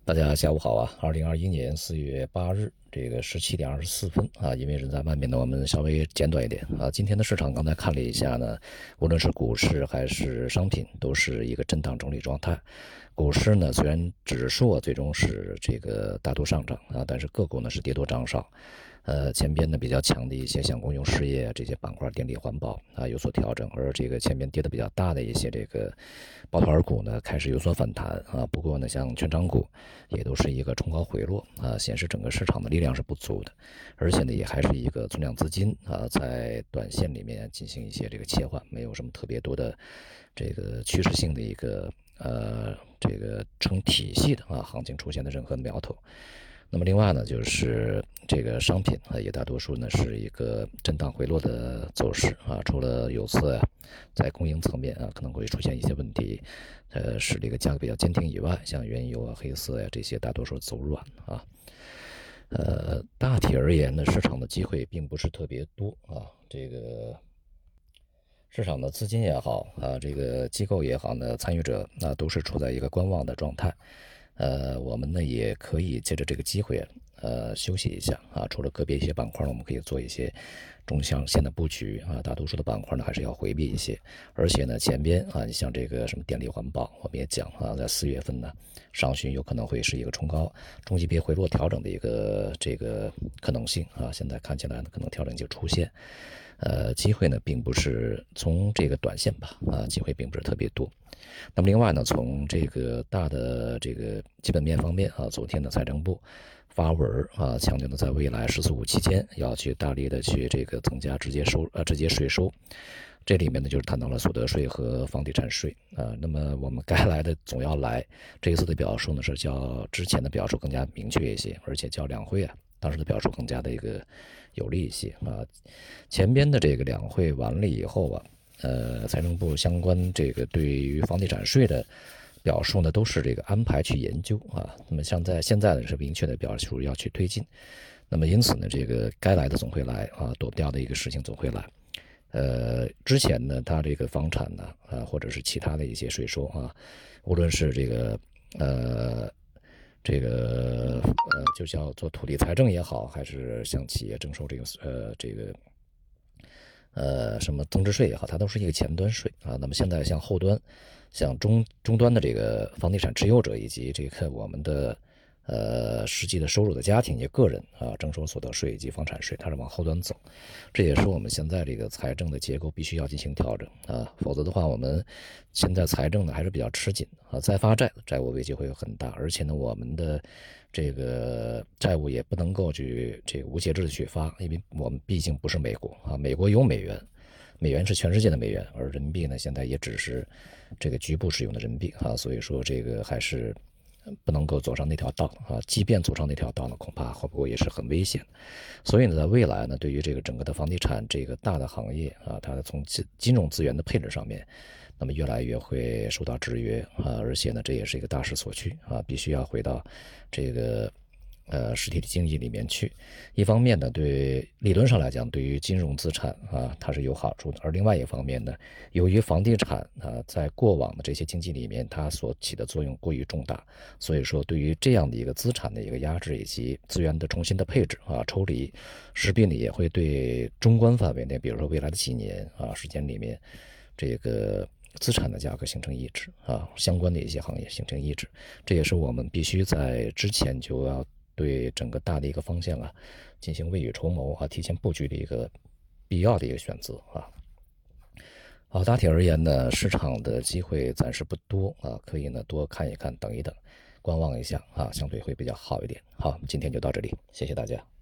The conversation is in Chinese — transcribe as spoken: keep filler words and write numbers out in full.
大家下午好啊！二零二一年四月八日，这个十七点二十四分啊，因为人在外面呢，我们稍微简短一点啊。今天的市场刚才看了一下呢，无论是股市还是商品，都是一个震荡整理状态。股市呢，虽然指数最终是这个大多上涨啊，但是个股呢是跌多涨少。呃，前边呢比较强的一些像公用事业这些板块、电力环保啊有所调整，而这个前边跌的比较大的一些这个抱团股呢开始有所反弹啊。不过呢，像券商股也都是一个冲高回落啊，显示整个市场的力量是不足的，而且呢也还是一个存量资金啊在短线里面进行一些这个切换，没有什么特别多的这个趋势性的一个呃这个成体系的啊行情出现的任何苗头。那么另外呢，就是这个商品啊，也大多数呢是一个震荡回落的走势啊，除了有色呀，在供应层面啊可能会出现一些问题，呃，使这个价格比较坚挺以外，像原油啊、黑色呀这些大多数走软啊。呃，大体而言呢，市场的机会并不是特别多啊，这个市场的资金也好啊，这个机构也好呢，参与者那、啊、都是处在一个观望的状态。呃，我们呢也可以借着这个机会，呃，休息一下啊。除了个别一些板块呢，我们可以做一些中长线的布局啊。大多数的板块呢，还是要回避一些。而且呢，前边啊，你像这个什么电力环保，我们也讲啊，在四月份呢，上旬有可能会是一个冲高、中级别回落调整的一个这个可能性啊。现在看起来呢，可能调整就出现。呃，机会呢，并不是从这个短线吧，啊，机会并不是特别多。那么另外呢，从这个大的这个基本面方面啊，昨天的财政部发文啊，强调呢，在未来“十四五”期间要去大力的去这个增加直接收呃直接税收。这里面呢，就是谈到了所得税和房地产税啊。那么我们该来的总要来，这一次的表述呢是较之前的表述更加明确一些，而且较两会啊当时的表述更加的一个有利一些啊。前边的这个两会完了以后啊，呃，财政部相关这个对于房地产税的表述呢，都是这个安排去研究啊。那么像在现在呢是明确的表述要去推进。那么因此呢，这个该来的总会来啊，躲不掉的一个事情总会来。呃，之前呢，它这个房产呢，啊，或者是其他的一些税收啊，无论是这个呃。这个呃，就叫做土地财政也好，还是向企业征收这个呃这个呃什么增值税也好，它都是一个前端税啊。那么现在像后端，像中终端的这个房地产持有者以及这个我们的呃实际的收入的家庭也个人啊，征收所得税以及房产税，它是往后端走。这也是我们现在这个财政的结构必须要进行调整啊，否则的话，我们现在财政呢还是比较吃紧啊，再发债，债务危机会有很大，而且呢，我们的这个债务也不能够去这个无节制的去发，因为我们毕竟不是美国啊，美国有美元。美元是全世界的美元，而人民币呢，现在也只是这个局部使用的人民币啊，所以说这个还是不能够走上那条道啊。即便走上那条道呢，恐怕会不会也是很危险。所以呢，在未来呢，对于这个整个的房地产这个大的行业啊，它从金金融资源的配置上面，那么越来越会受到制约啊，而且呢，这也是一个大势所趋啊，必须要回到这个。呃，实体的经济里面去，一方面呢，对理论上来讲，对于金融资产啊，它是有好处的；而另外一方面呢，由于房地产啊，在过往的这些经济里面，它所起的作用过于重大，所以说对于这样的一个资产的一个压制以及资源的重新的配置啊，抽离，势必呢也会对中观范围内，比如说未来的几年啊时间里面，这个。资产的价格形成抑制啊，相关的一些行业形成抑制，这也是我们必须在之前就要对整个大的一个方向啊进行未雨绸缪啊，提前布局的一个必要的一个选择啊。好，大体而言呢，市场的机会暂时不多啊，可以呢多看一看，等一等，观望一下啊，相对会比较好一点。好，今天就到这里，谢谢大家。